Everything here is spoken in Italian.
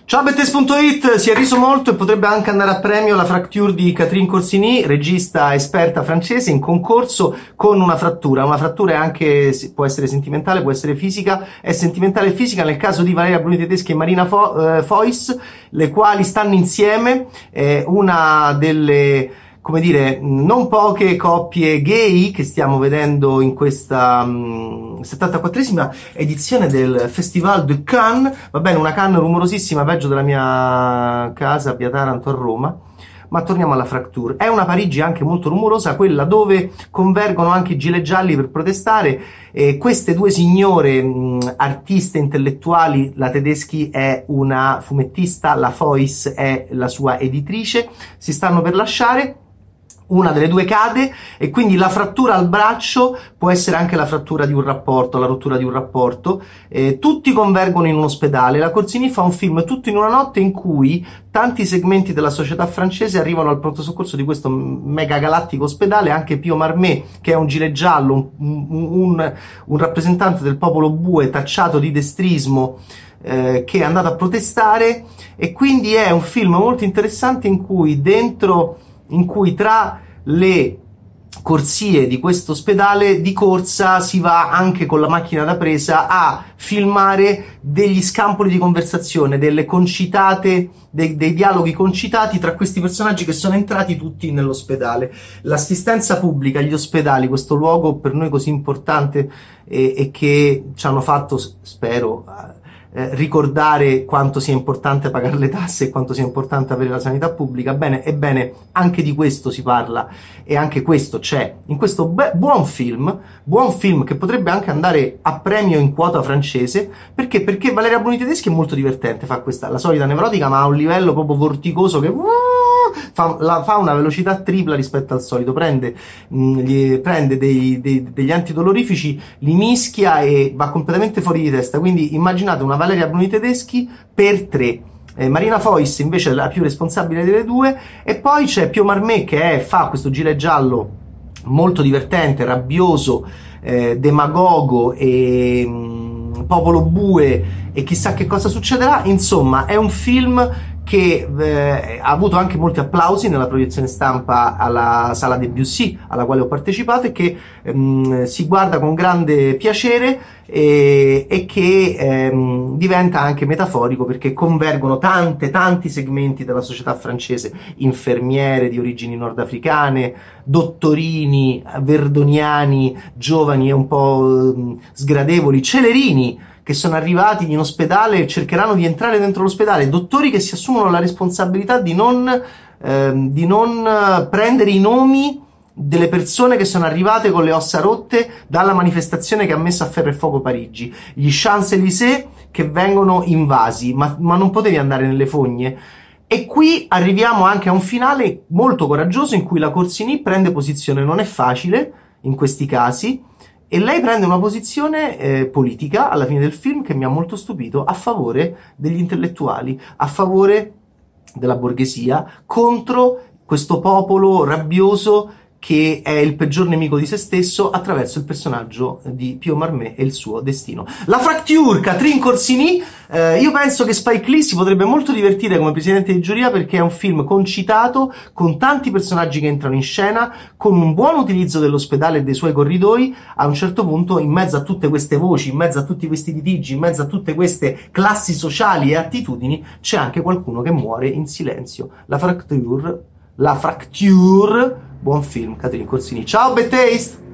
Ciao Bettes.it, si è riso molto e potrebbe anche andare a premio La Fracture di Catherine Corsini, regista esperta francese in concorso con una frattura. Una frattura è anche, può essere sentimentale, può essere fisica, è sentimentale e fisica nel caso di Valeria Bruni Tedeschi e Marina Foïs, le quali stanno insieme, una delle, come dire, non poche coppie gay che stiamo vedendo in questa 74esima edizione del Festival de Cannes. Va bene, una Cannes rumorosissima, peggio della mia casa a Via Taranto a Roma. Ma torniamo alla Fracture. È una Parigi anche molto rumorosa, quella dove convergono anche i gilet gialli per protestare. Queste due signore artiste intellettuali, la Tedeschi è una fumettista, la Foïs è la sua editrice, si stanno per lasciare. Una delle due cade e quindi la frattura al braccio può essere anche la frattura di un rapporto, la rottura di un rapporto. Tutti convergono in un ospedale. La Corsini fa un film tutto in una notte in cui tanti segmenti della società francese arrivano al pronto soccorso di questo mega galattico ospedale. Anche Pio Marmé, che è un gilet giallo, un rappresentante del popolo bue tacciato di destrismo, che è andato a protestare. E quindi è un film molto interessante in cui tra le corsie di questo ospedale di corsa si va anche con la macchina da presa a filmare degli scampoli di conversazione, delle concitate, dei dialoghi concitati tra questi personaggi che sono entrati tutti nell'ospedale. L'assistenza pubblica, gli ospedali, questo luogo per noi così importante e che ci hanno fatto, spero, ricordare quanto sia importante pagare le tasse e quanto sia importante avere la sanità pubblica. Ebbene, anche di questo si parla e anche questo c'è in questo buon film che potrebbe anche andare a premio in quota francese. Perché Valeria Bruni Tedeschi è molto divertente, fa la solita nevrotica ma a un livello proprio vorticoso che fa una velocità tripla rispetto al solito, prende degli antidolorifici, li mischia e va completamente fuori di testa. Quindi immaginate una Valeria Bruni Tedeschi per 3. Marina Foïs invece è la più responsabile delle due, e poi c'è Pio Marmé che fa questo gilet giallo molto divertente, rabbioso, demagogo e popolo bue e chissà che cosa succederà. Insomma, è un film che ha avuto anche molti applausi nella proiezione stampa alla Sala Debussy alla quale ho partecipato, e che si guarda con grande piacere e che diventa anche metaforico, perché convergono tanti segmenti della società francese: infermiere di origini nordafricane, dottorini verdoniani, giovani e un po' sgradevoli, celerini che sono arrivati in ospedale e cercheranno di entrare dentro l'ospedale, dottori che si assumono la responsabilità di non prendere i nomi delle persone che sono arrivate con le ossa rotte dalla manifestazione che ha messo a ferro e fuoco Parigi, gli Champs-Élysées che vengono invasi, ma non potevi andare nelle fogne. E qui arriviamo anche a un finale molto coraggioso in cui la Corsini prende posizione. Non è facile in questi casi, e lei prende una posizione politica alla fine del film che mi ha molto stupito, a favore degli intellettuali, a favore della borghesia, contro questo popolo rabbioso che è il peggior nemico di se stesso, attraverso il personaggio di Pio Marmé e il suo destino. La Fracture, Catherine Corsini. Io penso che Spike Lee si potrebbe molto divertire come presidente di giuria, perché è un film concitato, con tanti personaggi che entrano in scena, con un buon utilizzo dell'ospedale e dei suoi corridoi. A un certo punto, in mezzo a tutte queste voci, in mezzo a tutti questi litigi, in mezzo a tutte queste classi sociali e attitudini, c'è anche qualcuno che muore in silenzio. La Fracture, buon film, Catherine Corsini. Ciao Bad Taste!